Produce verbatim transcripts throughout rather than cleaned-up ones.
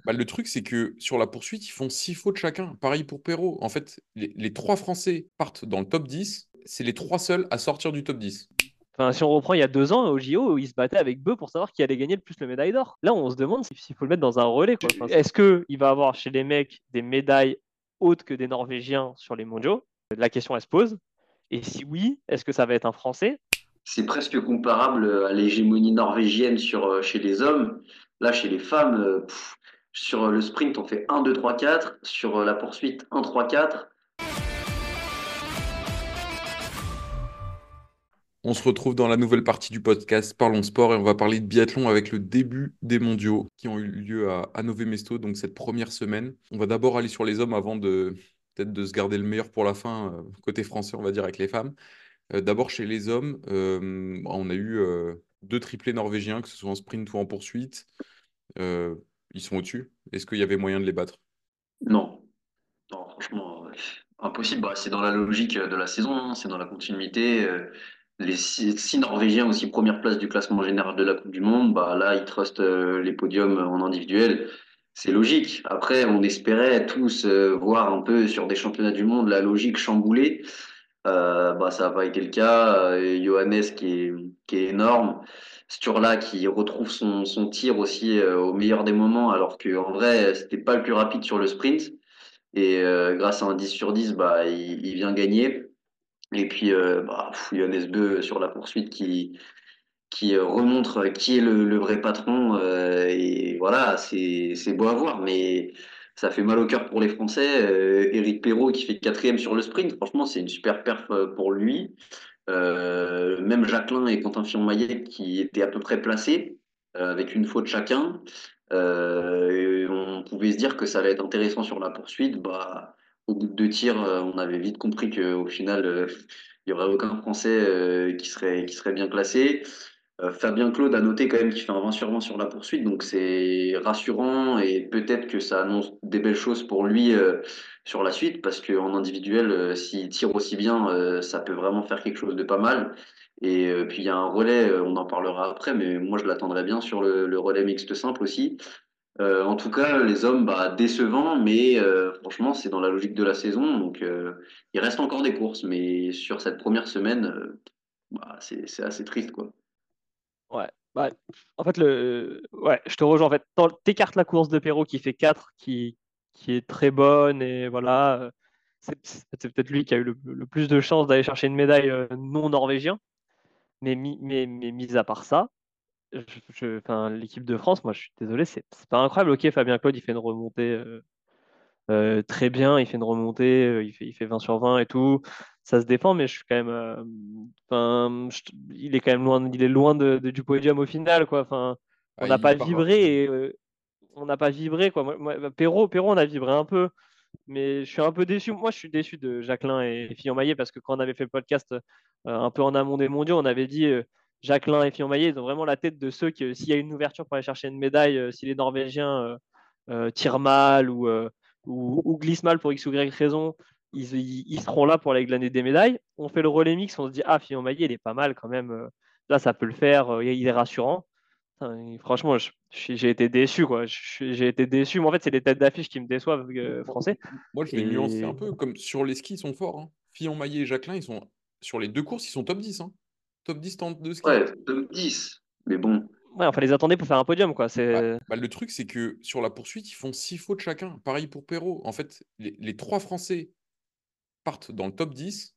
Bah, le truc, c'est que sur la poursuite, ils font six fautes chacun. Pareil pour Perrault. En fait, les, les trois Français partent dans le top dix. C'est les trois seuls à sortir du top dix. Enfin, si on reprend il y a deux ans au J O, il se battait avec Beu pour savoir qui allait gagner le plus le médaille d'or. Là, on se demande s'il faut le mettre dans un relais, quoi. Enfin, est-ce qu'il va avoir chez les mecs des médailles autres que des Norvégiens sur les mondiaux? La question, elle se pose. Et si oui, est-ce que ça va être un Français? C'est presque comparable à l'hégémonie norvégienne sur, euh, chez les hommes. Là, chez les femmes, euh, pff, sur le sprint, on fait un, deux, trois, quatre. Sur euh, la poursuite, un, trois, quatre. On se retrouve dans la nouvelle partie du podcast Parlons Sport et on va parler de biathlon avec le début des mondiaux qui ont eu lieu à, à Nové Mesto, donc cette première semaine. On va d'abord aller sur les hommes avant de peut-être de se garder le meilleur pour la fin, euh, côté français, on va dire, avec les femmes. Euh, d'abord chez les hommes, euh, on a eu euh, deux triplés norvégiens, que ce soit en sprint ou en poursuite. Euh, Ils sont au-dessus. Est-ce qu'il y avait moyen de les battre? Non, non, franchement, euh, impossible. Bah, c'est dans la logique de la saison, hein, c'est dans la continuité. euh, les six, six Norvégiens aussi première place du classement général de la Coupe du Monde, bah là, ils trustent euh, les podiums en individuel. C'est logique. Après, on espérait tous euh, voir un peu sur des championnats du monde la logique chamboulée. Euh, bah, ça n'a pas été le cas. Euh, Johannes qui est, qui est énorme. Sturla qui retrouve son, son tir aussi euh, au meilleur des moments, alors qu'en vrai, c'était pas le plus rapide sur le sprint. Et euh, grâce à un dix sur dix, bah, il, il vient gagner. Et puis, euh, bah, pff, Johannes Beu sur la poursuite qui, qui euh, remontre qui est le, le vrai patron. Euh, et voilà, c'est, c'est beau à voir, mais ça fait mal au cœur pour les Français. Euh, Éric Perrault qui fait quatrième sur le sprint, franchement, c'est une super perf euh, pour lui. Euh, même Jacquelin et Quentin Fillon-Maillet qui étaient à peu près placés, euh, avec une faute chacun. Euh, et on pouvait se dire que ça allait être intéressant sur la poursuite. Bah, au bout de deux tirs, euh, on avait vite compris qu'au final, euh, il n'y aurait aucun Français euh, qui serait, qui serait bien classé. Euh, Fabien Claude a noté quand même qu'il fait un vingt sur vingt sur la poursuite, donc c'est rassurant et peut-être que ça annonce des belles choses pour lui euh, sur la suite, parce qu'en individuel, euh, s'il tire aussi bien, euh, ça peut vraiment faire quelque chose de pas mal. Et euh, puis il y a un relais, euh, on en parlera après, mais moi je l'attendrai bien sur le, le relais mixte simple aussi. Euh, en tout cas, les hommes, bah, décevants, mais euh, franchement, c'est dans la logique de la saison, donc euh, il reste encore des courses, mais sur cette première semaine, euh, bah, c'est c'est assez triste, quoi. Ouais. Bah, en fait, le... ouais, je te rejoins. En fait, T'en- t'écartes la course de Perrault qui fait quatre, qui, qui est très bonne, et voilà. euh, C'est c'est peut-être lui qui a eu le, le plus de chances d'aller chercher une médaille euh, non norvégien. Mais, mi- mais, mais mis à part ça, je, je- enfin, l'équipe de France, moi je suis désolé, c'est c'est pas incroyable. Ok, Fabien Claude, il fait une remontée euh, euh, très bien, il fait une remontée, euh, il fait, il fait vingt sur vingt et tout. Ça se défend, mais je suis quand même. euh, enfin, je- il est quand même loin, il est loin de, de- du podium au final, quoi. Enfin, on Ah, n'a il pas part rapidement. vibré, et, euh, on n'a pas vibré, quoi. Moi, moi, Perrault, Perrault, on a vibré un peu, mais je suis un peu déçu. Moi, je suis déçu de Jacquelin et Fillon-Maillet parce que quand on avait fait le podcast euh, un peu en amont des mondiaux, on avait dit euh, Jacquelin et Fillon-Maillet, ils ont vraiment la tête de ceux qui, euh, s'il y a une ouverture pour aller chercher une médaille, euh, si les Norvégiens euh, euh, tirent mal ou, euh, ou, ou glissent mal pour X ou Y raison, ils, ils- ils seront là pour aller glaner des médailles. On fait le relais mix, on se dit ah, Fillon-Maillet, il est pas mal quand même. euh, Là, ça peut le faire, euh, il est rassurant. Putain, franchement, je- je- j'ai été déçu, quoi. Je- J'ai été déçu. Mais en fait, c'est les têtes d'affiche qui me déçoivent, euh, Moi, français. moi, je vais nuancer un Et peu. Comme sur les skis, ils sont forts, hein. Fillon-Maillet et Jacquelin, ils sont sur les deux courses, ils sont top dix, hein. Top dix en de ski. Ouais, top dix. Mais bon, ouais, enfin, les attendait pour faire un podium, quoi. Bah, C'est bah, le truc, c'est que sur la poursuite, ils font six fautes chacun. Pareil pour Perrault. En fait, les, les trois Français partent dans le top dix.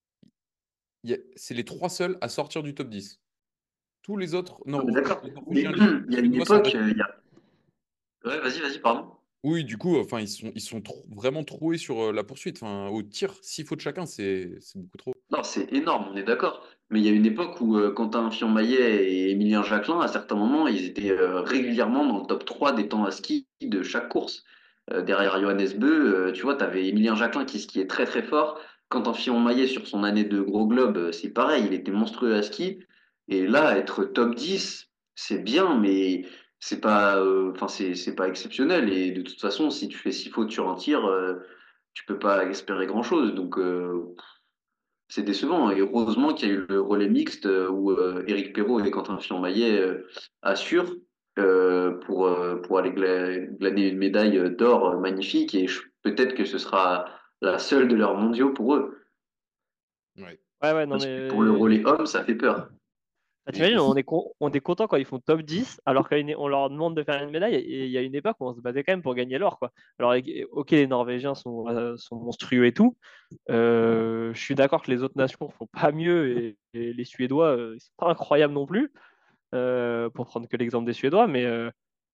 Il y a- C'est les trois seuls à sortir du top dix. Tous les autres, on est Nor- d'accord. les Mais Norvégiens, les, il les y a une Suédois sont époque, bons. euh, il y a... Ouais, vas-y, vas-y, pardon. Oui, du coup, enfin, ils sont, ils sont trou- vraiment troués sur euh, la poursuite. Enfin, au tir, six fautes chacun, c'est c'est beaucoup trop. Non, c'est énorme, on est d'accord. Mais il y a une époque où euh, Quentin Fillon-Maillet et Émilien Jacquelin, à certains moments, ils étaient euh, régulièrement dans le top trois des temps à ski de chaque course. Euh, derrière Johannes Beu, euh, tu vois, tu avais Émilien Jacquelin qui skiait très très fort. Quentin Fillon-Maillet, sur son année de gros globe, euh, c'est pareil, il était monstrueux à ski. Et là, être top dix, c'est bien, mais c'est pas, euh, enfin, c'est, c'est pas exceptionnel. Et de toute façon, si tu fais six fautes sur un tir, euh, tu peux pas espérer grand-chose. Donc, euh, c'est décevant. Et heureusement qu'il y a eu le relais mixte euh, où euh, Éric Perrault et Quentin Fillon-Maillet euh, assurent. euh, pour, euh, pour aller gla- glaner une médaille d'or euh, magnifique et je- peut-être que ce sera la seule de leurs mondiaux pour eux. Ouais. Ouais, ouais, non, Parce que pour le mais. relais homme, ça fait peur. Ah, Et t'imagines, on aussi, est, con- on est content quand ils font top dix, alors qu'on leur demande de faire une médaille. Et il y a une époque où on se battait quand même pour gagner l'or, quoi. Alors, et- ok, les Norvégiens sont, euh, sont monstrueux et tout. Euh, je suis d'accord que les autres nations font pas mieux et, et les Suédois, euh, ils sont pas incroyables non plus, euh, pour prendre que l'exemple des Suédois. Mais, euh,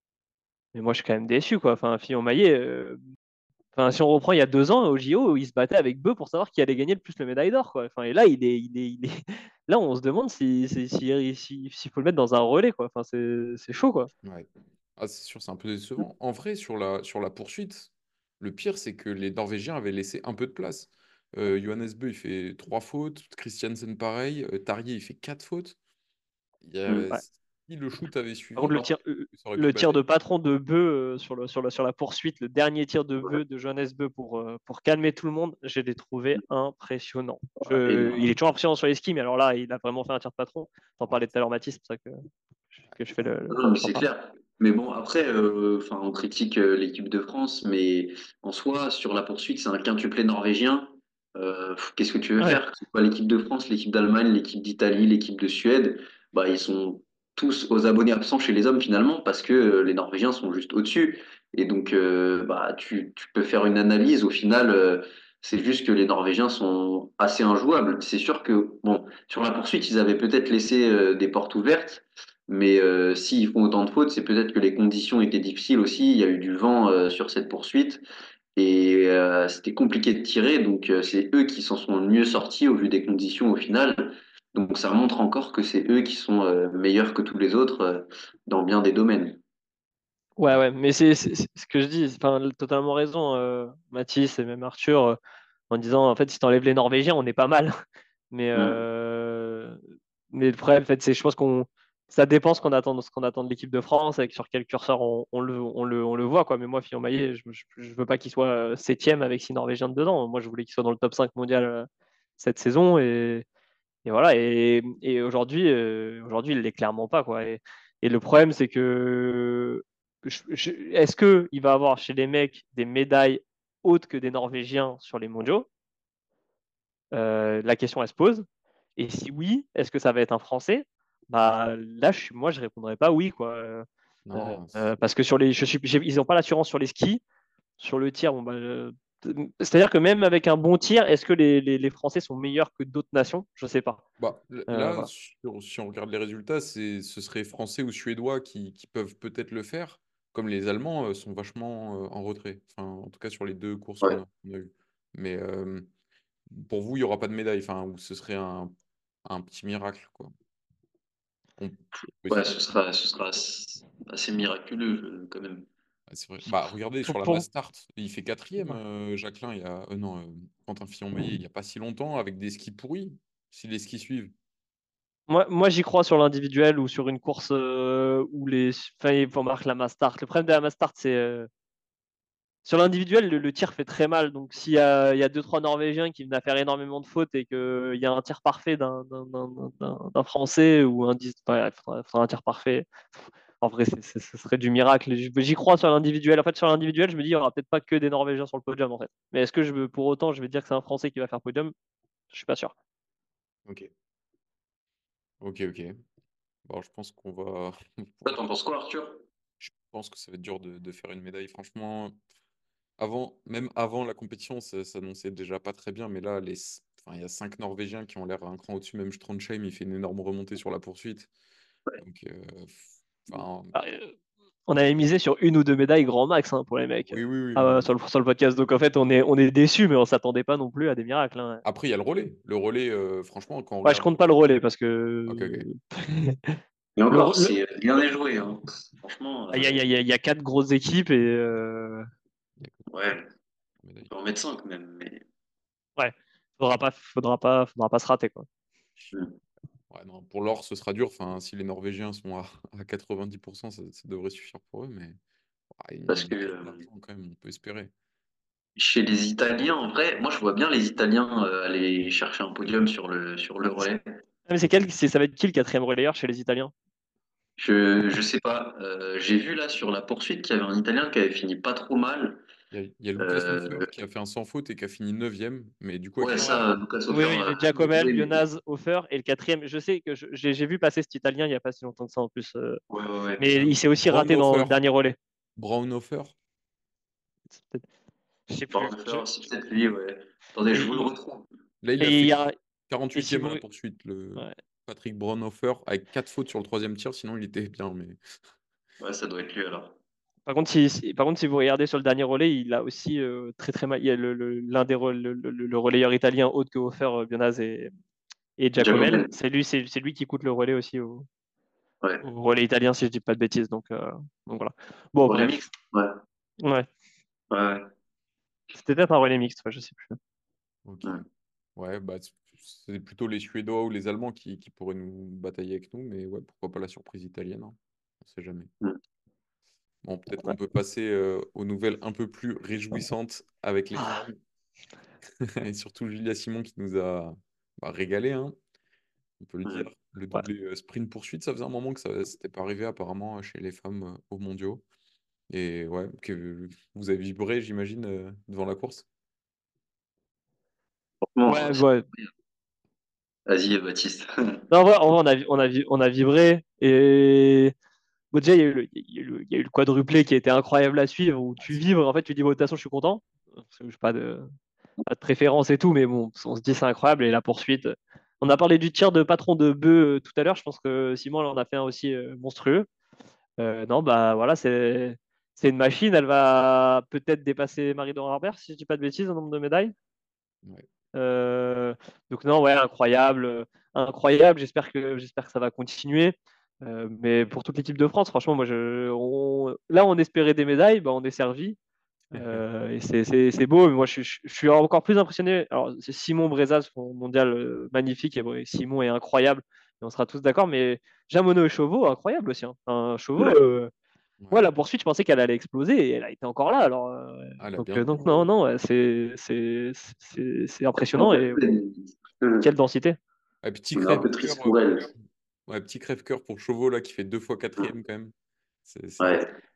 mais moi, je suis quand même déçu, quoi. Enfin, Fillon-Maillet, euh, enfin, si on reprend il y a deux ans au J O, il se battait avec Beu pour savoir qui allait gagner le plus le médaille d'or, quoi. Enfin, et là, il est, il est, il est... là, on se demande si, si, si- si- s'il faut le mettre dans un relais, quoi. Enfin, c'est, c'est chaud, quoi. ouais. Ah, c'est sûr, c'est un peu décevant. En vrai, sur la, sur la poursuite, le pire, c'est que les Norvégiens avaient laissé un peu de place. Euh, Johannes Bö, il fait trois fautes. Christiansen, pareil. Euh, Tarier, il fait quatre fautes. Il y a... Mm. Ouais. Si le shoot avait Par suivi, contre, le tir, ça aurait pu le tir passer. de patron de Beu euh, sur, le, sur, la, sur la poursuite, le dernier tir de Beu, de Johannes Beu pour, euh, pour calmer tout le monde, je l'ai trouvé impressionnant. Je- il Énorme. est toujours impressionnant sur les skis, mais alors là, il a vraiment fait un tir de patron. T'en Ouais, parlais tout à l'heure, Mathis, c'est pour ça que, que je fais le, Non, mais j'en c'est parle. clair. Mais bon, après, euh, enfin, on critique euh, l'équipe de France, mais en soi, sur la poursuite, c'est un quintuplé norvégien. Euh, pff, qu'est-ce que tu veux Ouais. faire? Que ce soit l'équipe de France, l'équipe d'Allemagne, l'équipe d'Italie, l'équipe de Suède, bah, ils sont tous aux abonnés absents chez les hommes finalement, parce que euh, les Norvégiens sont juste au-dessus. Et donc, euh, bah, tu, tu peux faire une analyse. Au final, euh, c'est juste que les Norvégiens sont assez injouables. C'est sûr que, bon, sur la poursuite, ils avaient peut-être laissé euh, des portes ouvertes. Mais euh, s'ils font autant de fautes, c'est peut-être que les conditions étaient difficiles aussi. Il y a eu du vent euh, sur cette poursuite et euh, c'était compliqué de tirer. Donc euh, c'est eux qui s'en sont le mieux sortis au vu des conditions au final. Donc ça montre encore que c'est eux qui sont euh, meilleurs que tous les autres euh, dans bien des domaines. Ouais, ouais, mais c'est c'est- c'est ce que je dis, enfin, totalement raison, euh, Mathis et même Arthur, euh, en disant, en fait, si t'enlèves les Norvégiens, on est pas mal. Mais, Mm. euh, mais le problème, en fait, c'est, je pense qu'on, ça dépend ce qu'on attend, ce qu'on attend de l'équipe de France, avec sur quel curseur on, on le, on le, on le voit, quoi. Mais moi, Fillon-Maillet, je, je, je veux pas qu'il soit euh, septième avec six Norvégiens dedans. Moi, je voulais qu'il soit dans le top cinq mondial euh, cette saison. Et, et voilà. Et, et aujourd'hui, euh, aujourd'hui, il l'est clairement pas, quoi. Et, et le problème, c'est que je- je- est-ce que il va avoir chez les mecs des médailles autres que des Norvégiens sur les mondiaux? Euh, la question, elle se pose. Et si oui, est-ce que ça va être un Français? Bah là, je, suis- moi, je répondrais pas oui, quoi. Euh, euh, Non, euh, c'est- parce que sur les, je suis, j'ai- ils n'ont pas l'assurance sur les skis, sur le tir. Bon, bah, euh, c'est-à-dire que même avec un bon tir, est-ce que les, les- les Français sont meilleurs que d'autres nations? Je sais pas. bah, l- Euh, là, voilà. sur- si on regarde les résultats, c'est, ce serait Français ou Suédois qui, qui peuvent peut-être le faire, comme les Allemands euh, sont vachement euh, en retrait. Enfin, en tout cas, sur les deux courses qu'on Ouais. a, qu'on a eues. Mais euh, pour vous, il n'y aura pas de médaille, enfin, ou ce serait un, un petit miracle, quoi. On peut Ouais, espérer. ce sera, ce sera assez miraculeux euh, quand même. Ah, c'est vrai. Bah, regardez, Pour, sur la pour- mass start, il fait quatrième, euh, Jacqueline, il y a, euh, non, euh, Quentin Fillon-Maillet, il n'y a pas si longtemps, avec des skis pourris, si les skis suivent. moi, moi j'y crois sur l'individuel ou sur une course euh, où les. Enfin, il faut marquer la mass start. Le problème de la mass start, c'est. euh, Sur l'individuel, le, le tir fait très mal. Donc, s'il y a, il y a deux, trois Norvégiens qui viennent à faire énormément de fautes et qu'il y a un tir parfait d'un d'un- d'un- d'un- d'un Français ou un dix, enfin, il faudra, il faudra un tir parfait. En vrai, c'est- c'est- ce serait du miracle. J- J'y crois sur l'individuel. En fait, sur l'individuel, je me dis, il n'y aura peut-être pas que des Norvégiens sur le podium, en fait. Mais est-ce que je veux, pour autant, je vais dire que c'est un Français qui va faire podium? Je suis pas sûr. Ok, ok, ok. Bon, je pense qu'on va. Toi, t'en penses quoi, Arthur? Je pense que ça va être dur de, de faire une médaille. Franchement, avant, même avant la compétition, ça s'annonçait déjà pas très bien. Mais là, les... enfin, il y a cinq Norvégiens qui ont l'air un cran au-dessus. Même Strandheim, il fait une énorme remontée sur la poursuite. Donc, euh, enfin, Ah, euh, On avait misé sur une ou deux médailles grand max hein, pour les mecs. oui, oui, oui, Ah, non, ouais, mais sur le, sur le podcast. Donc, en fait, on est, on est déçus, mais on s'attendait pas non plus à des miracles. Hein. après, il y a le relais. Le relais, euh, franchement, quand on Ouais, je regarde. compte pas le relais parce Ok, que ok. Et le, encore, le- c'est bien déjoué, hein. Franchement, il y a, il euh, y a- il y a quatre grosses équipes et euh, Il y a que ouais, trois médailles. on peut en mettre cinq même. Mais... ouais, faudra pas, faudra pas, faudra pas se rater quoi. Hmm. Ouais, non, pour l'or, ce sera dur. Enfin, si les Norvégiens sont à, à quatre-vingt-dix pour cent, ça, ça devrait suffire pour eux. Mais ouais, une, Parce une que médaille euh, d'argent, quand même, on peut espérer. chez les Italiens, en vrai, moi je vois bien les Italiens euh, aller chercher un podium sur le, sur le relais. Ah, mais c'est quel, c'est, ça va être qui le quatrième relayeur chez les Italiens? Je, je sais pas. Euh, j'ai vu là sur la poursuite qu'il y avait un Italien qui avait fini pas trop mal. Il y a, il y a Lucas Hofer Euh, qui a fait un sans faute et qui a fini neuvième, mais du coup avec ouais, la Ouais. ça, Lucas Oui, Hofer oui, a j'ai Giacomel, joué, mais Bionaz, Hofer et le quatrième. Je sais que je- j'ai j'ai vu passer cet Italien il n'y a pas si longtemps que ça en plus. euh, ouais, ouais, ouais. mais euh, il s'est aussi raté dans Braunhofer. le dernier relais. Braunhofer. C'est peut-être- Je sais plus. Je- Bordeaux, c'est peut-être lui, ouais. Attendez, Et, je vous le il- retrouve. Là, il a et il fait y a. Et si quarante-huitième à vous. la poursuite, le Ouais. Patrick Braunhofer, avec quatre fautes sur le troisième tir, sinon il était bien. Mais Ouais, ça doit être lui alors. Par contre, si, si- par contre, si vous regardez sur le dernier relais, il a aussi euh, très très mal. Il y a le, le- l'un des re- le, le- le relayeur italien autre que Hofer, euh, Bionaz et, et Giacomel. Giacomel. C'est lui, c'est, c'est lui qui coûte le relais aussi au, Ouais. au relais italien, si je dis pas de bêtises. Donc, euh, donc voilà. Bon, Pour les bref. mix? Ouais. Ouais. Ouais, ouais. C'était peut-être un relais mixte, ouais, je sais plus. ok. Ouais. Ouais, bah, c- c'est plutôt les Suédois ou les Allemands qui, qui pourraient nous batailler avec nous, mais ouais, pourquoi pas la surprise italienne, hein. On sait jamais. Mm. Bon, peut-être Ouais. qu'on peut passer euh, aux nouvelles un peu plus réjouissantes avec les Ah, femmes, et surtout Julia Simon qui nous a bah, régalé, hein, on peut le dire. Ouais. Le ouais. doublé euh, sprint poursuite, ça faisait un moment que ça s'était pas arrivé apparemment chez les femmes euh, aux mondiaux. Et ouais, que vous avez vibré, j'imagine, euh, devant la course. Franchement, Ouais, c'est- ouais. vas-y, Baptiste. Non, en vrai, en vrai, on a, vi- on a, vi- on a vibré. Et bon, déjà, il y a eu le, il y a eu le, il y a eu le quadruplé qui a été incroyable à suivre, où Ah, tu c'est- vibres. En fait, tu dis, bon, de toute façon, je suis content. Parce que je n'ai pas de, pas de préférence et tout, mais bon, on se dit, c'est incroyable. Et la poursuite. On a parlé du tir de patron de bœuf euh, tout à l'heure. Je pense que Simon elle en a fait un aussi euh, monstrueux. Euh, non, bah voilà, c'est c'est une machine. Elle va peut-être dépasser Marie-Laure Harbert, si je dis pas de bêtises, en nombre de médailles. ouais. Euh, donc non, ouais, incroyable, euh, incroyable. J'espère que j'espère que ça va continuer. Euh, mais pour toute l'équipe de France, franchement, moi, je, on- là, on espérait des médailles, bah, on est servi. Euh, et c'est c'est- c'est beau. Mais moi, je, je- je suis encore plus impressionné. Alors, c'est Simon Breza, son mondial euh, magnifique. Et bon, et Simon est incroyable. Et on sera tous d'accord. Mais Jamono et Chauveau, incroyable aussi, hein. Un Chauveau, Ouais. euh, ouais, Ouais. la poursuite, je pensais qu'elle allait exploser et elle a été encore là. Alors, euh, Ah, elle a donc, bien euh, tenu, donc ouais. non, non, ouais, c'est c'est c'est c'est On impressionnant et quelle densité. Ah, petit est un peu crève-cœur triste euh, pour elle. ouais, petit crève-cœur pour Chauveau là, qui fait deux fois quatrième quand même. C'est c'est des- Ouais.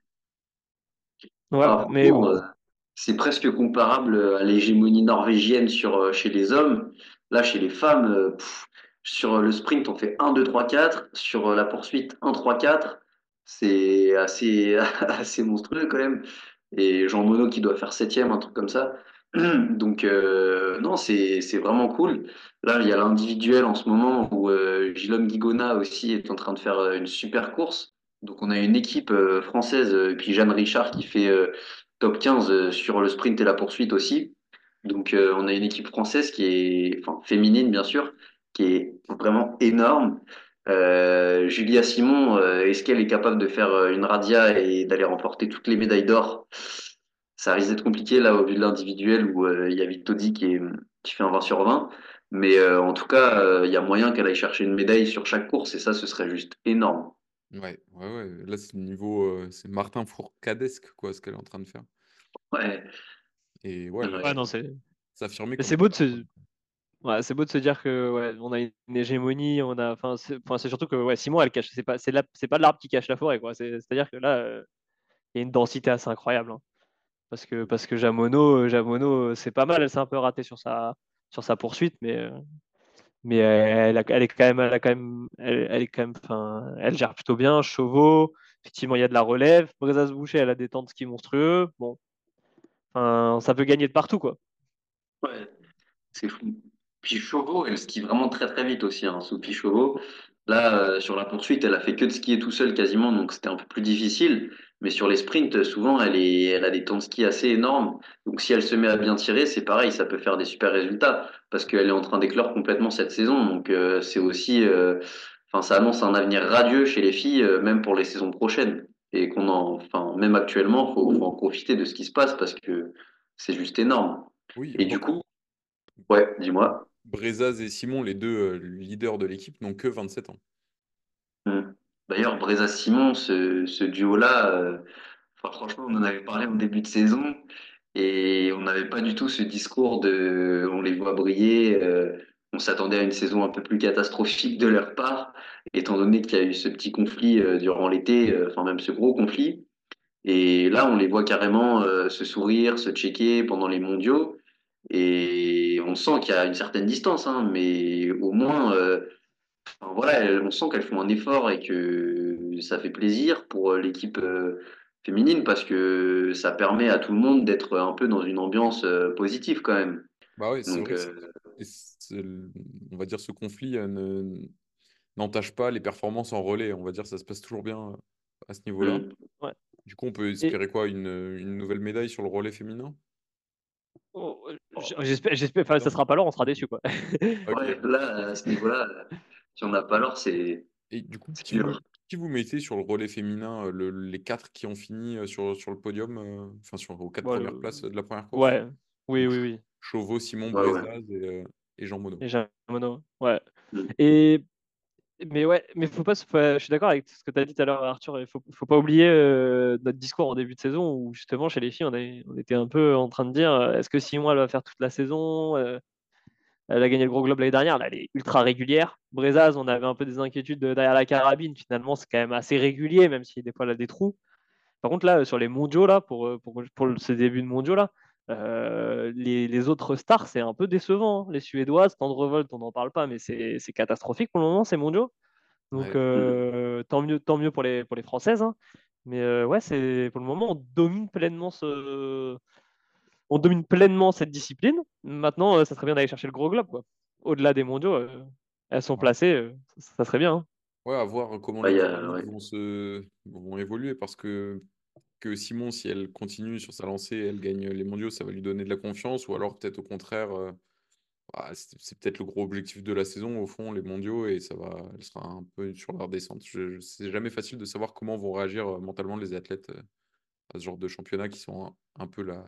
Ouais, Ah, mais franchement, bon. euh, c'est presque comparable à l'hégémonie norvégienne sur, euh, chez les hommes. Là, chez les femmes, euh, pff, sur le sprint, on fait un, deux, trois, quatre. Sur euh, la poursuite, un, trois, quatre. C'est assez, assez monstrueux quand même. Et Jean Monod qui doit faire septième, un truc comme ça. Donc, euh, non, c'est, c'est vraiment cool. Là, il y a l'individuel en ce moment où euh, Guillaume Guigona aussi est en train de faire euh, une super course. Donc, on a une équipe euh, française, euh, et puis Jeanne Richard qui fait euh, top quinze euh, sur le sprint et la poursuite aussi. Donc, euh, on a une équipe française qui est, enfin, féminine bien sûr, qui est vraiment énorme. Euh, Julia Simon, euh, est-ce qu'elle est capable de faire euh, une radia et d'aller remporter toutes les médailles d'or? Ça risque d'être compliqué là au vu de l'individuel où euh, il y a Vitodi qui, est, qui fait un vingt sur vingt. Mais euh, en tout cas, euh, il y a moyen qu'elle aille chercher une médaille sur chaque course et ça, ce serait juste énorme. Ouais, ouais, ouais. Là, c'est le niveau, euh, c'est Martin Fourcadesque, quoi, ce qu'elle est en train de faire. Ouais, Et ouais, elle Ouais, elle non, c'est s'affirmer mais comme c'est beau de championne. se ouais, c'est beau de se dire que ouais, on a une hégémonie, on a enfin c'est enfin, c'est surtout que ouais, Simon elle cache c'est pas c'est la- c'est pas l'arbre qui cache la forêt quoi. C'est c'est-à-dire que là euh, il y a une densité assez incroyable, hein. Parce que parce que Jamono euh, Jamono euh, c'est pas mal, elle s'est un peu ratée sur sa sur sa poursuite mais euh, mais elle, a- elle est quand même elle a quand même elle, elle est quand même enfin elle gère plutôt bien. Chauveau, effectivement il y a de la relève. Brezas Boucher elle a des temps de ski monstrueux. Bon, enfin ça peut gagner de partout quoi. ouais, c'est fou. Puis Chauveau, elle skie vraiment très très vite aussi, hein, Sophie Chauveau. Là, euh, sur la poursuite, elle a fait que de skier tout seul quasiment, donc c'était un peu plus difficile. Mais sur les sprints, souvent, elle est, elle a des temps de ski assez énormes. Donc si elle se met à bien tirer, c'est pareil, ça peut faire des super résultats parce qu'elle est en train d'éclore complètement cette saison. Donc euh, c'est aussi, euh, enfin, ça annonce un avenir radieux chez les filles, euh, même pour les saisons prochaines. Et qu'on en, enfin, même actuellement, faut, faut en profiter de ce qui se passe parce que c'est juste énorme. Oui, Et bon, du coup, ouais, dis-moi. Brezaz et Simon, les deux euh, leaders de l'équipe, n'ont que vingt-sept ans. Hmm. D'ailleurs, Breza Simon, ce, ce duo-là, euh, enfin, franchement, on en avait parlé en début de saison et on n'avait pas du tout ce discours de on les voit briller. euh, on s'attendait à une saison un peu plus catastrophique de leur part, étant donné qu'il y a eu ce petit conflit euh, durant l'été, euh, enfin même ce gros conflit. Et là, on les voit carrément euh, se sourire, se checker pendant les mondiaux. Et on sent qu'il y a une certaine distance, hein, mais au moins, euh, enfin, voilà, elles- on sent qu'elles font un effort et que ça fait plaisir pour euh, l'équipe euh, féminine parce que ça permet à tout le monde d'être un peu dans une ambiance euh, positive quand même. Bah ouais, c'est Donc, vrai que c'est- euh, et c'est- on va dire ce conflit euh, ne, n'entache pas les performances en relais. On va dire ça se passe toujours bien euh, à ce niveau-là. hmm. Ouais. Du coup, on peut Et espérer quoi? Une, une nouvelle médaille sur le relais féminin? oh, j- Oh, j'espère, j'espère, enfin, ça Non. sera pas long, on sera déçus, quoi. ouais, Ok. là, à ce niveau-là, euh, si on n'a pas l'or, c'est Et du coup, c'est qui vous, dur. qui vous mettez sur le relais féminin, euh, le- les quatre qui ont fini euh, sur, sur le podium, euh, enfin sur aux quatre Bon, premières le- places de la première course? Ouais, oui, Donc oui, Ch- oui. Chauveau, Simon, Ouais, ouais. Brezaz et, euh, et Jean Monod. Et j'ai un mono. Ouais. Hmm. Et mais ouais, mais faut pas, se- faut- je suis d'accord avec ce que tu as dit tout à l'heure, Arthur. Il faut, faut pas oublier euh, notre discours en début de saison où justement chez les filles, on, est- on était un peu en train de dire euh, est-ce que Simon elle va faire toute la saison? Euh, Elle a gagné le Gros Globe l'année dernière, là, elle est ultra régulière. Brezaz, on avait un peu des inquiétudes de- derrière la carabine. Finalement, c'est quand même assez régulier, même si des fois elle a des trous. Par contre, là, sur les mondiaux, là, pour, euh, pour, pour ce début de mondiaux, là, euh, les, les autres stars, c'est un peu décevant, hein. Les Suédoises, Tendrevolt, on n'en parle pas, mais c'est c'est catastrophique pour le moment, ces mondiaux. Donc, Ouais. Hmm. euh, tant mieux, tant mieux pour les, pour les Françaises, hein. Mais euh, ouais, c'est pour le moment, on domine pleinement ce, on domine pleinement cette discipline. Maintenant, euh, ça serait bien d'aller chercher le gros globe, quoi. Au-delà des mondiaux, euh, elles sont Ouais. placées, euh, ça, ça serait bien, hein. Ouais, à voir comment Ouais, les il y a- dynamiques ouais. vont se vont évoluer parce que que Simon, si elle continue sur sa lancée, elle gagne les mondiaux, ça va lui donner de la confiance, ou alors peut-être au contraire, euh, ah, c'est c'est peut-être le gros objectif de la saison, au fond, les mondiaux, et ça va, elle sera un peu sur la redescente. Je, je- c'est jamais facile de savoir comment vont réagir euh, mentalement les athlètes euh, à ce genre de championnat qui sont un, un peu la,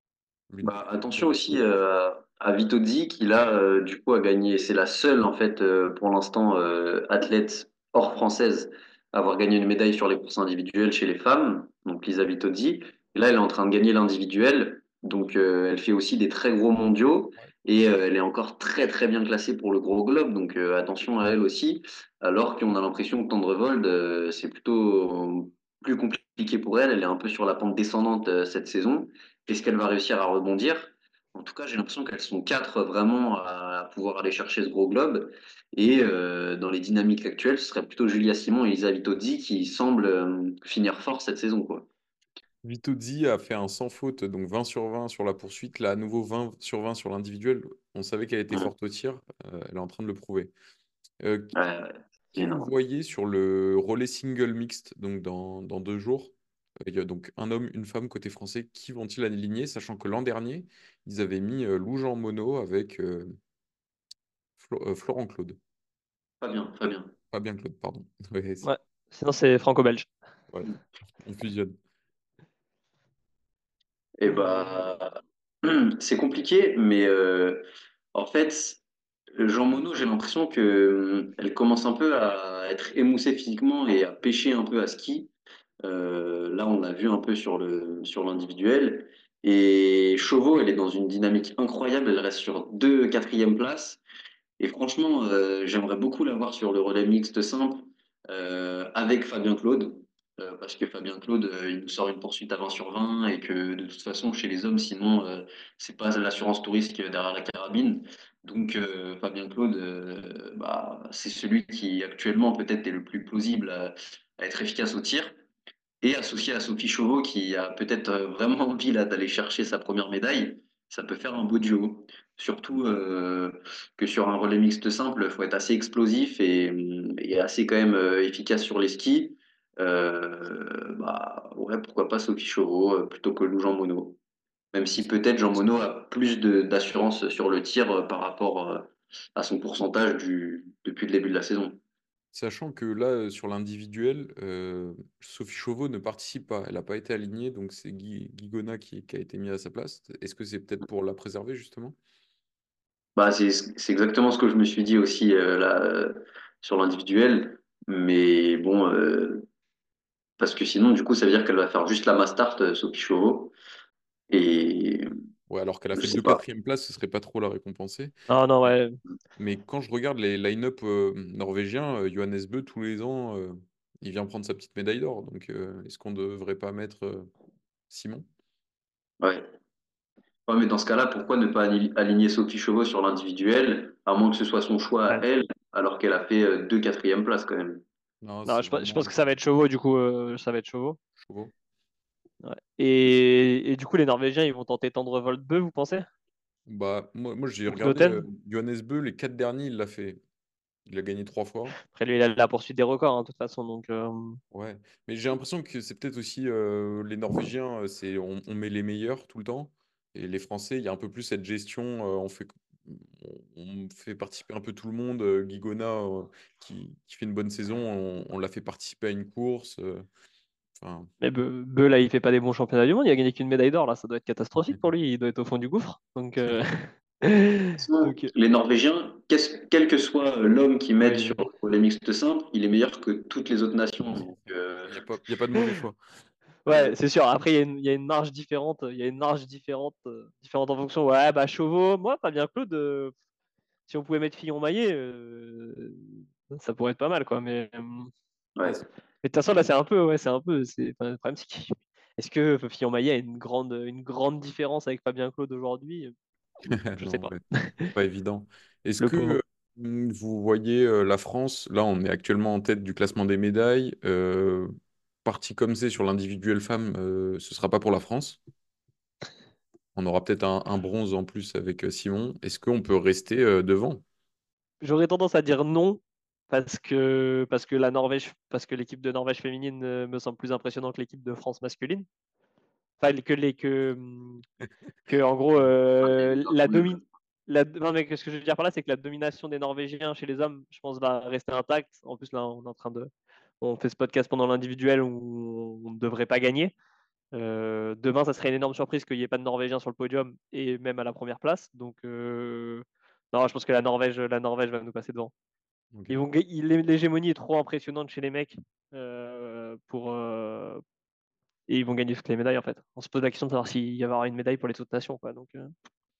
l'une Bah, des attention premières aussi choses. euh, à Vitozzi qui là euh, du coup a gagné. C'est la seule en fait euh, pour l'instant euh, athlète hors française à avoir gagné une médaille sur les courses individuelles chez les femmes. Donc Lisa Vitozzi. Et là elle est en train de gagner l'individuel. Donc euh, elle fait aussi des très gros mondiaux Ouais. et euh, elle est encore très très bien classée pour le gros globe. Donc euh, attention à elle aussi. Alors qu'on a l'impression que Tendrevold euh, c'est plutôt euh, plus compliqué pour elle. Elle est un peu sur la pente descendante euh, cette saison. Est-ce qu'elle va réussir à rebondir? En tout cas, j'ai l'impression qu'elles sont quatre vraiment à pouvoir aller chercher ce gros globe. Et euh, dans les dynamiques actuelles, ce serait plutôt Julia Simon et Elisa Vitozzi qui semblent euh, finir fort cette saison, quoi. Vitozzi a fait un sans faute, donc vingt sur vingt sur la poursuite. Là, à nouveau vingt sur vingt sur l'individuel. On savait qu'elle était Mm. forte au tir. Euh, elle est en train de le prouver. Euh, Ouais, ouais, c'est Qui vous énorme. voyez sur le relais single mixte, donc dans, dans deux jours? Euh, Il y a donc un homme, une femme côté français. Qui vont-ils aligner, sachant que l'an dernier, ils avaient mis euh, Lou Jean Monod avec euh, Flo- euh, Florent Claude. Fabien, Fabien. Fabien Claude, pardon. Ouais, c'est- Ouais. Sinon, c'est franco-belge. ouais, on fusionne. Et Et bah, c'est compliqué, mais euh, en fait, Jean Monod, j'ai l'impression que euh, elle commence un peu à être émoussée physiquement et à pêcher un peu à ski. Euh, là, on l'a vu un peu sur le, sur l'individuel. Et Chauveau, elle est dans une dynamique incroyable. Elle reste sur deux quatrième places. Et franchement, euh, j'aimerais beaucoup la voir sur le relais mixte simple euh, avec Fabien Claude. Euh, parce que Fabien Claude, euh, il nous sort une poursuite à vingt sur vingt et que de toute façon, chez les hommes, sinon, euh, c'est pas l'assurance tout risque derrière la carabine. Donc, euh, Fabien Claude, euh, bah, c'est celui qui actuellement peut-être est le plus plausible à, à être efficace au tir. Et associé à Sophie Chauveau, qui a peut-être euh, vraiment envie là d'aller chercher sa première médaille, ça peut faire un beau duo. Surtout euh, que sur un relais mixte simple, il faut être assez explosif et, et assez quand même euh, efficace sur les skis. Euh, bah ouais, pourquoi pas Sophie Chauveau euh, plutôt que Lou Jean Monod. Même si peut-être Jean Monod a plus de- d'assurance sur le tir euh, par rapport euh, à son pourcentage du, depuis le début de la saison. Sachant que là, euh, sur l'individuel, euh, Sophie Chauveau ne participe pas. Elle n'a pas été alignée, donc c'est Guy, Guy Gona qui, qui a été mis à sa place. Est-ce que c'est peut-être pour la préserver, justement? Bah, c'est, c'est exactement ce que je me suis dit aussi euh, là, euh, sur l'individuel. Mais bon, euh, parce que sinon, du coup, ça veut dire qu'elle va faire juste la Mastart, euh, Sophie Chauveau. Et Ouais, alors qu'elle a Je fait sais deux pas. quatrième places, ce serait pas trop la récompenser. Non, non, Mais, ouais. mais quand je regarde les line-up euh, norvégiens, euh, Johannes Bø, tous les ans, euh, il vient prendre sa petite médaille d'or. Donc, euh, est-ce qu'on devrait pas mettre euh, Simon? Ouais. Ouais, mais dans ce cas-là, pourquoi ne pas ali- aligner Sophie Chauveau sur l'individuel, à moins que ce soit son choix à Ouais. elle, alors qu'elle a fait euh, deux quatrième places quand même. Non, Non, c'est je, pe- je vraiment pense que ça va être Chauveau, du coup, euh, ça va être Chauveau. chaud. Ouais. Et, et du coup, les Norvégiens, ils vont tenter Tendrevold deux, vous pensez? Bah, moi, moi j'ai Ou regardé euh, Knoten? Johannes Bø, les quatre derniers, il l'a fait. Il a gagné trois fois. Après, lui, il a la poursuite des records, hein, de toute façon. Donc, euh, Ouais. Mais j'ai l'impression que c'est peut-être aussi euh, les Norvégiens, euh, c'est on, on met les meilleurs tout le temps. Et les Français, il y a un peu plus cette gestion. euh, on fait, on, on fait participer un peu tout le monde. Euh, Guigona, euh, qui, qui fait une bonne saison, on, on l'a fait participer à une course. euh, Enfin, mais Beu, Beu, là, il fait pas des bons championnats du monde. Il a gagné qu'une médaille d'or, là. Ça doit être catastrophique pour lui. Il doit être au fond du gouffre. Donc, euh, Façon, donc euh, les Norvégiens, qu'est-ce- quel que soit euh, l'homme qu'ils mettent sur oui. les mixtes simples, il est meilleur que toutes les autres nations. Donc, euh, il n'y a pas, il y a pas de mauvais choix. Ouais, c'est sûr. Après, il y, a une- il y a une marge différente. Il y a une marge différente, euh, différente en fonction. Ouais, bah, Chauveau, moi, Fabien Claude, euh, si on pouvait mettre Fillon-Maillet, euh, ça pourrait être pas mal, quoi. Mais, euh, Ouais, ouais. c'est- mais de toute façon, là, c'est un peu, ouais, c'est un peu, c'est, enfin, le problème, c'est qu'il- est-ce que Fillon-Maillet a une grande, une grande différence avec Fabien Claude aujourd'hui? Je sais non, pas. ouais, c'est pas évident. Est-ce Le que pauvre. euh, vous voyez euh, la France, là on est actuellement en tête du classement des médailles, euh, parti comme c'est sur l'individuel femme, euh, ce sera pas pour la France. On aura peut-être un, un bronze en plus avec euh, Simon. Est-ce qu'on peut rester euh, devant? J'aurais tendance à dire non parce que parce que la Norvège, parce que l'équipe de Norvège féminine euh, me semble plus impressionnante que l'équipe de France masculine. Enfin, que les que que en gros euh, la domine. La, non, mais ce que je veux dire par là, c'est que la domination des Norvégiens chez les hommes, je pense, va rester intacte. En plus, là, on est en train de, on fait ce podcast pendant l'individuel où on ne devrait pas gagner. Euh, demain, ça serait une énorme surprise qu'il n'y ait pas de Norvégiens sur le podium et même à la première place. Donc, euh, non, je pense que la Norvège, la Norvège va nous passer devant. Ok. Ils vont, l'hégémonie est trop impressionnante chez les mecs euh, pour, euh, et ils vont gagner toutes les médailles en fait. On se pose la question de savoir s'il y aura une médaille pour les autres nations. Quoi. Donc, euh,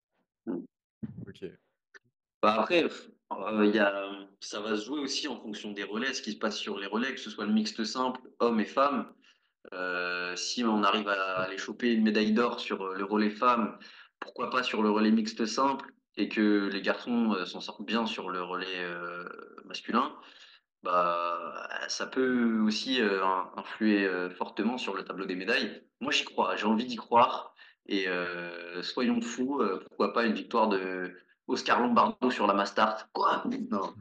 Ok. Bah après, euh, il y a, ça va se jouer aussi en fonction des relais, ce qui se passe sur les relais, que ce soit le mixte simple, hommes et femmes. Euh, si on arrive à aller choper une médaille d'or sur euh, le relais femmes, pourquoi pas sur le relais mixte simple, et que les garçons euh, s'en sortent bien sur le relais euh, masculin, bah, ça peut aussi euh, influer euh, fortement sur le tableau des médailles. Moi, j'y crois, j'ai envie d'y croire. Et euh, soyons fous, euh, pourquoi pas une victoire de Oscar Lombardo sur la Mastart? Quoi? Non.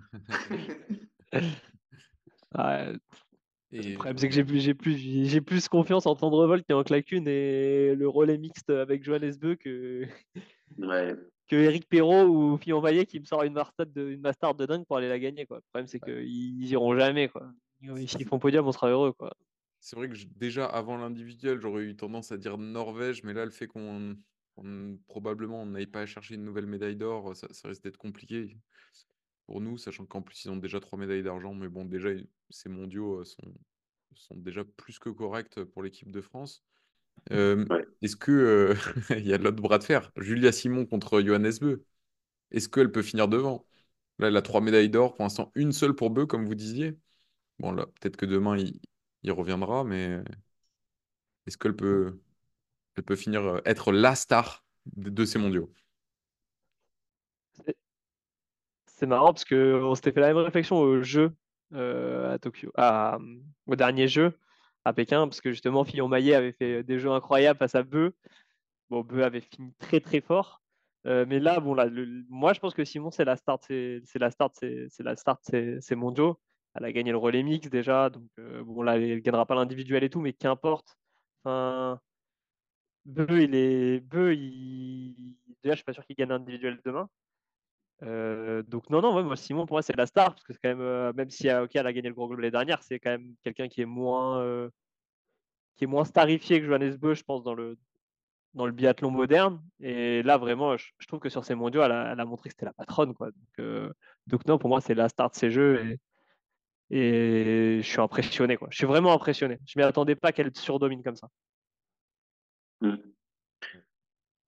ouais, le Et problème, c'est que j'ai plus, j'ai plus, j'ai plus confiance en Tendrevolt et en Clacune et le relais mixte avec Johannes Beu que, Ouais. que Eric Perrault ou Fillon Maillet qui me sort une Mastart de, une Mastart de dingue pour aller la gagner. Quoi. Le problème, c'est qu'ils ils iront jamais. Quoi. S'ils font podium, on sera heureux. Quoi. c'est vrai que je- déjà avant l'individuel, j'aurais eu tendance à dire Norvège, mais là, le fait qu'on qu'on- probablement on n'aille pas à chercher une nouvelle médaille d'or, ça, ça risque d'être compliqué pour nous, sachant qu'en plus ils ont déjà trois médailles d'argent, mais bon, déjà ils- ces mondiaux euh, sont, sont déjà plus que corrects pour l'équipe de France. Euh, Ouais. est-ce que euh, il y a de l'autre bras de fer? Julia Simon contre Johannes Beu. Est-ce qu'elle peut finir devant? Là, elle a trois médailles d'or, pour l'instant une seule pour Beu, comme vous disiez. Bon, là, peut-être que demain il, il reviendra, mais est-ce qu'elle peut, elle peut finir euh, être la star de, de ces mondiaux? C'est c'est marrant parce qu'on s'était fait la même réflexion au jeu euh, à Tokyo, à, au dernier jeu à Pékin, parce que justement, Fillon Maillet avait fait des jeux incroyables face à Beu. Bon, Beu avait fini très très fort. Euh, mais là, bon, là, le- moi, je pense que Simon, c'est la start, c'est c'est la start, c'est c'est la start, c'est c'est mondiaux. Elle a gagné le relais mix déjà, donc euh, bon, là, elle ne gagnera pas l'individuel et tout, mais qu'importe. Enfin, Beu, il est, Beu, il... déjà, je suis pas sûr qu'il gagne l'individuel demain. Euh, donc non, non, ouais, moi, Simon, pour moi, c'est la star, parce que c'est quand même, euh, même si euh, ok, elle a gagné le Gros Globe l'année dernière, c'est quand même quelqu'un qui est moins, euh, qui est moins starifié que Johannes Beu, je pense, dans le, dans le biathlon moderne. Et là, vraiment, je, je trouve que sur ces mondiaux, elle a, elle a montré que c'était la patronne. Quoi. Donc, euh, donc non, pour moi, c'est la star de ces jeux. Et, et je suis impressionné. Quoi. Je suis vraiment impressionné. Je ne m'y attendais pas qu'elle surdomine comme ça. Mm.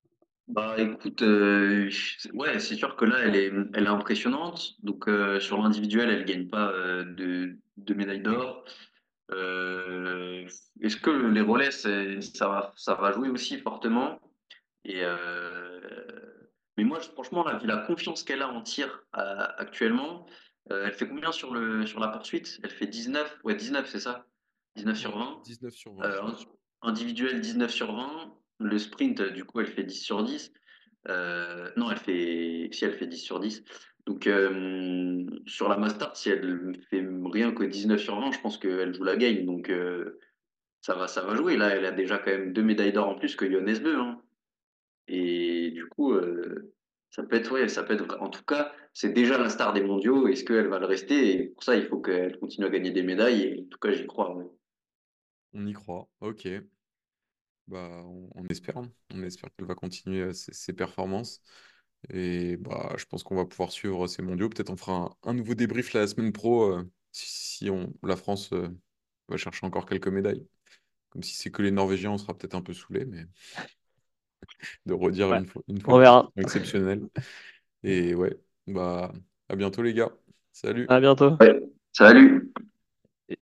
Bah écoute, euh, je- ouais, c'est sûr que là, elle est, elle est impressionnante. Donc euh, sur l'individuel, elle gagne pas euh, de, de médaille d'or. Euh, Est-ce que les relais, c'est- ça va, ça va jouer aussi fortement? Et euh, mais moi, je- franchement, là, vu la confiance qu'elle a en tir euh, actuellement, euh, elle fait combien sur le sur la poursuite? Elle fait dix-neuf, ouais, dix-neuf, c'est ça? dix-neuf sur Ouais, vingt. dix-neuf sur vingt. Euh, individuel dix-neuf sur vingt. Le sprint, du coup, elle fait dix sur dix. Euh, non, elle fait, si elle fait dix sur dix. Donc, euh, sur la Mastart, si elle fait rien que dix-neuf sur vingt, je pense qu'elle joue la game. Donc, euh, ça va, ça va jouer. Là, elle a déjà quand même deux médailles d'or en plus que Johannes Beu, hein. Et du coup, euh, ça peut être, ouais, ça peut être, en tout cas, c'est déjà la star des mondiaux. Est-ce qu'elle va le rester? Et pour ça, il faut qu'elle continue à gagner des médailles. Et en tout cas, j'y crois, ouais. On y croit. Ok. Bah, on, on espère, hein. On espère qu'elle va continuer euh, ses, ses performances. Et bah, je pense qu'on va pouvoir suivre ces mondiaux. Peut-être on fera un, un nouveau débrief la semaine pro euh, si, si on, la France euh, va chercher encore quelques médailles. Comme si c'est que les Norvégiens, on sera peut-être un peu saoulés, mais de redire Ouais, une fois, une fois on de plus verra. qu'ils sont exceptionnels. Et ouais, bah, à bientôt les gars. Salut. À bientôt. Ouais. Salut!